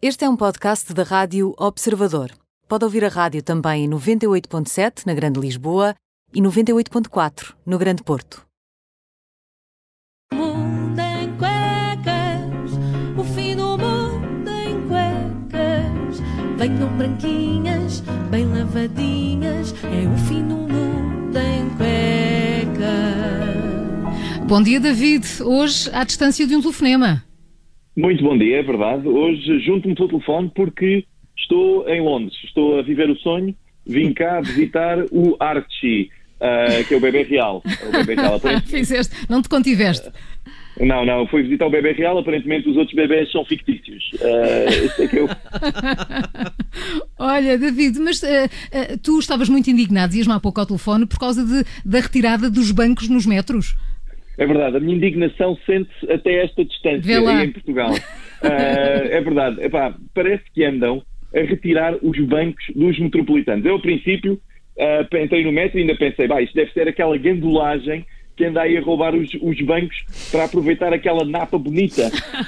Este é um podcast da Rádio Observador. Pode ouvir a rádio também em 98.7 na Grande Lisboa e 98.4 no Grande Porto. Mundo em cuecas, o fim do mundo em cuecas. Venham branquinhas, bem lavadinhas, é o fim do mundo em cuecas. Bom dia, David. Hoje à distância de um telefonema. Muito bom dia, é verdade. Hoje junto-me pelo telefone porque estou em Londres. Estou a viver o sonho. Vim cá visitar o Archie, que é o bebê real. O bebê real Fizeste, não te contiveste. Não, fui visitar o bebê real. Aparentemente os outros bebés são fictícios. Este é que eu... Olha, David, mas tu estavas muito indignado, dizias-me há pouco ao telefone, por causa da retirada dos bancos nos metros. É verdade, a minha indignação sente-se até esta distância aí em Portugal. É verdade, parece que andam a retirar os bancos dos metropolitanos. Eu, ao princípio, entrei no metro e ainda pensei, isto deve ser aquela gandulagem que anda aí a roubar os bancos para aproveitar aquela napa bonita.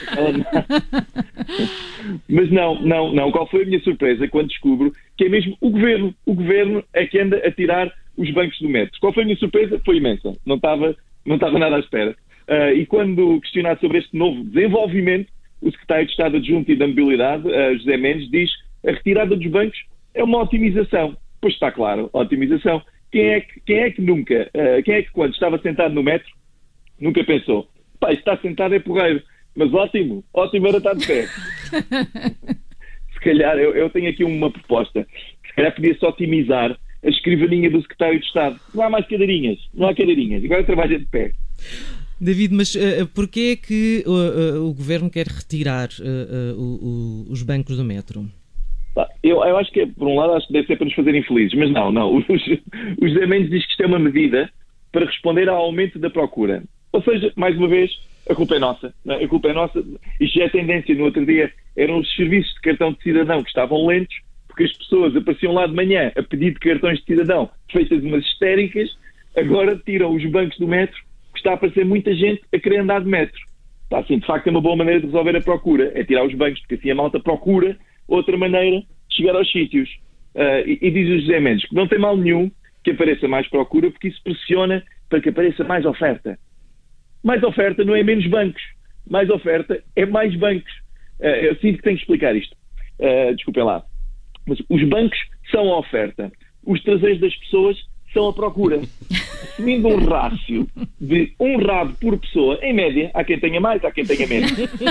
Mas não. Qual foi a minha surpresa quando descubro que é mesmo o governo é que anda a tirar os bancos do metro? Qual foi a minha surpresa? Foi imensa. Não estava nada à espera. E quando questionado sobre este novo desenvolvimento, o secretário de Estado Adjunto e da Mobilidade, José Mendes, diz que a retirada dos bancos é uma otimização. Pois está claro, otimização. Quem é que quando estava sentado no metro, nunca pensou, se está sentado é porreiro, mas ótimo era estar de pé. Se calhar, eu tenho aqui uma proposta, se calhar podia-se otimizar a escrivaninha do secretário de Estado. Não há mais cadeirinhas, agora trabalha de pé. David, mas porquê é que o Governo quer retirar os bancos do metro? Eu acho que, por um lado, acho que deve ser para nos fazer infelizes, mas não. Os José Mendes diz que isto é uma medida para responder ao aumento da procura. Ou seja, mais uma vez, a culpa é nossa. A culpa é nossa. Isto já é tendência. No outro dia eram os serviços de cartão de cidadão que estavam lentos, porque as pessoas apareciam lá de manhã a pedir de cartões de cidadão feitas umas histéricas, agora tiram os bancos do metro, que está a aparecer muita gente a querer andar de metro. Assim, de facto é uma boa maneira de resolver a procura, é tirar os bancos, porque assim a malta procura outra maneira de chegar aos sítios. E diz o José Mendes que não tem mal nenhum que apareça mais procura, porque isso pressiona para que apareça mais oferta. Mais oferta não é menos bancos, mais oferta é mais bancos. Eu sinto que tenho que explicar isto. Desculpem lá. Mas os bancos são a oferta. Os traseiros das pessoas são a procura. Assumindo um rácio de um rabo por pessoa, em média, há quem tenha mais, há quem tenha menos.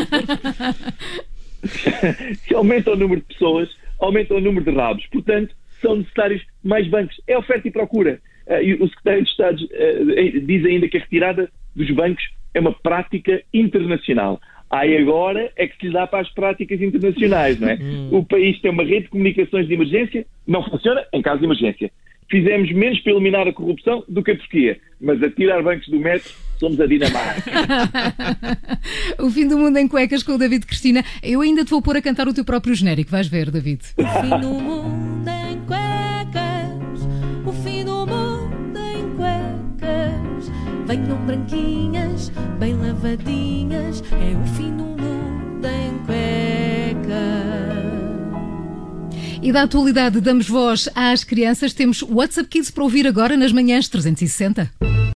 Se aumenta o número de pessoas, aumenta o número de rabos. Portanto, são necessários mais bancos. É oferta e procura. E o secretário de Estado diz ainda que a retirada dos bancos é uma prática internacional. Agora é que se lhe dá para as práticas internacionais, não é? O país tem uma rede de comunicações de emergência, não funciona em caso de emergência. Fizemos menos para eliminar a corrupção do que a Turquia, mas a tirar bancos do metro somos a Dinamarca. O fim do mundo em cuecas com o David Cristina. Eu ainda te vou pôr a cantar o teu próprio genérico, vais ver, David. O fim do mundo em cuecas, o fim do mundo em cuecas. Venham branquinhas, bem lavadinhas, é o fim do mundo em cuecas. E da atualidade damos voz às crianças. Temos WhatsApp Kids para ouvir agora nas manhãs 360.